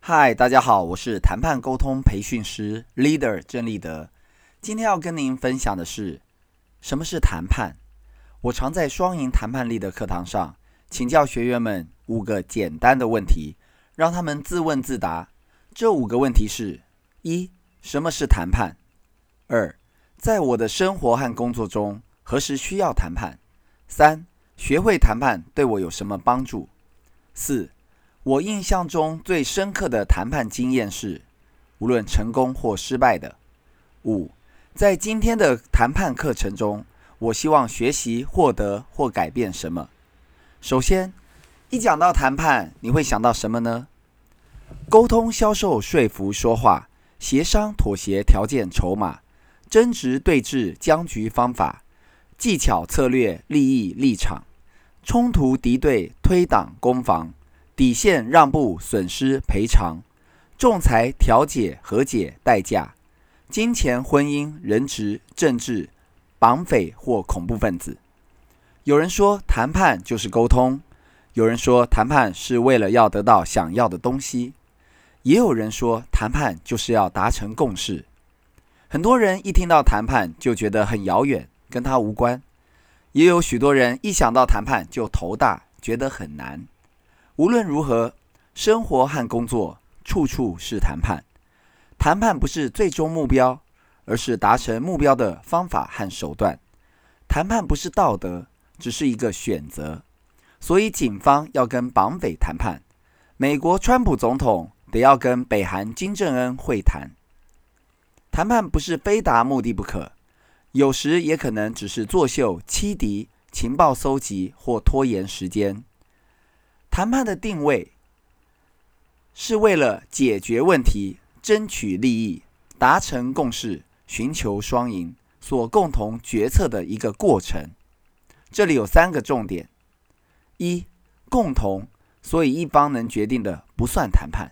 嗨，大家好，我是谈判沟通培训师 Leader 郑立德。今天要跟您分享的是什么是谈判。我常在双赢谈判力的课堂上请教学员们5个简单的问题，让他们自问自答。这5个问题是：一、什么是谈判？2、在我的生活和工作中何时需要谈判？3、学会谈判对我有什么帮助？4、我印象中最深刻的谈判经验是，无论成功或失败的。5、在今天的谈判课程中，我希望学习、获得或改变什么？首先，一讲到谈判，你会想到什么呢？沟通、销售、说服、说话、协商、妥协、条件、筹码、争执、对峙、僵局、方法、技巧、策略、利益、立场、冲突、敌对、推挡、攻防、底线、让步、损失、赔偿、仲裁、调解、和解、代价、金钱、婚姻、人质、政治、绑匪或恐怖分子。有人说谈判就是沟通，有人说谈判是为了要得到想要的东西，也有人说谈判就是要达成共识。很多人一听到谈判就觉得很遥远，跟他无关。也有许多人一想到谈判就头大，觉得很难。无论如何，生活和工作处处是谈判。谈判不是最终目标，而是达成目标的方法和手段。谈判不是道德，只是一个选择。所以警方要跟绑匪谈判，美国川普总统得要跟北韩金正恩会谈。谈判不是非达目的不可，有时也可能只是作秀、欺敌、情报搜集或拖延时间。谈判的定位是为了解决问题、争取利益、达成共识、寻求双赢所共同决策的一个过程。这里有3个重点：一、共同，所以一方能决定的不算谈判；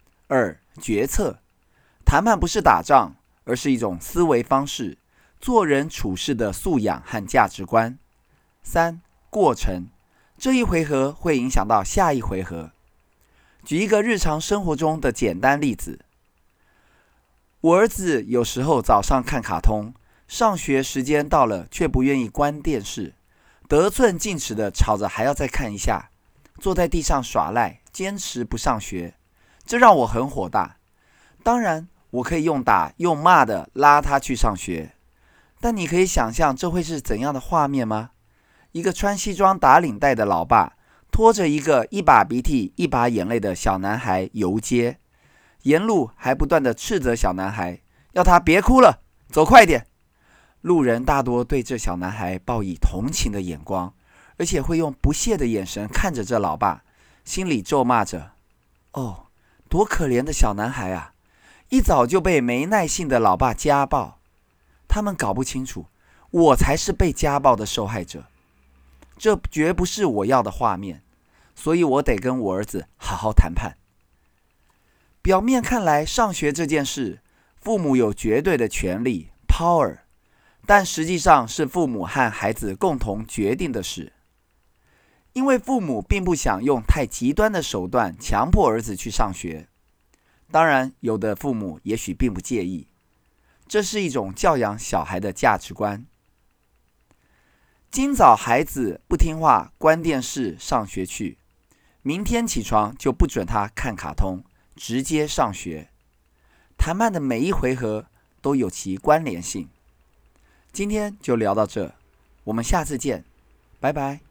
2、决策，谈判不是打仗，而是一种思维方式、做人处事的素养和价值观； 3、过程，这一回合会影响到下一回合。举一个日常生活中的简单例子，我儿子有时候早上看卡通，上学时间到了却不愿意关电视，得寸进尺的吵着还要再看一下，坐在地上耍赖，坚持不上学，这让我很火大。当然，我可以用打用骂的拉他去上学，但你可以想象这会是怎样的画面吗？一个穿西装打领带的老爸，拖着一个一把鼻涕一把眼泪的小男孩游街，沿路还不断地斥责小男孩，要他别哭了，走快点。路人大多对这小男孩报以同情的眼光，而且会用不屑的眼神看着这老爸，心里咒骂着：哦，多可怜的小男孩啊，一早就被没耐性的老爸家暴。他们搞不清楚，我才是被家暴的受害者。这绝不是我要的画面，所以我得跟我儿子好好谈判。表面看来，上学这件事，父母有绝对的权利 power， 但实际上是父母和孩子共同决定的事。因为父母并不想用太极端的手段强迫儿子去上学，当然有的父母也许并不介意，这是一种教养小孩的价值观。今早孩子不听话，关电视上学去，明天起床就不准他看卡通，直接上学。谈判的每一回合都有其关联性。今天就聊到这，我们下次见，拜拜。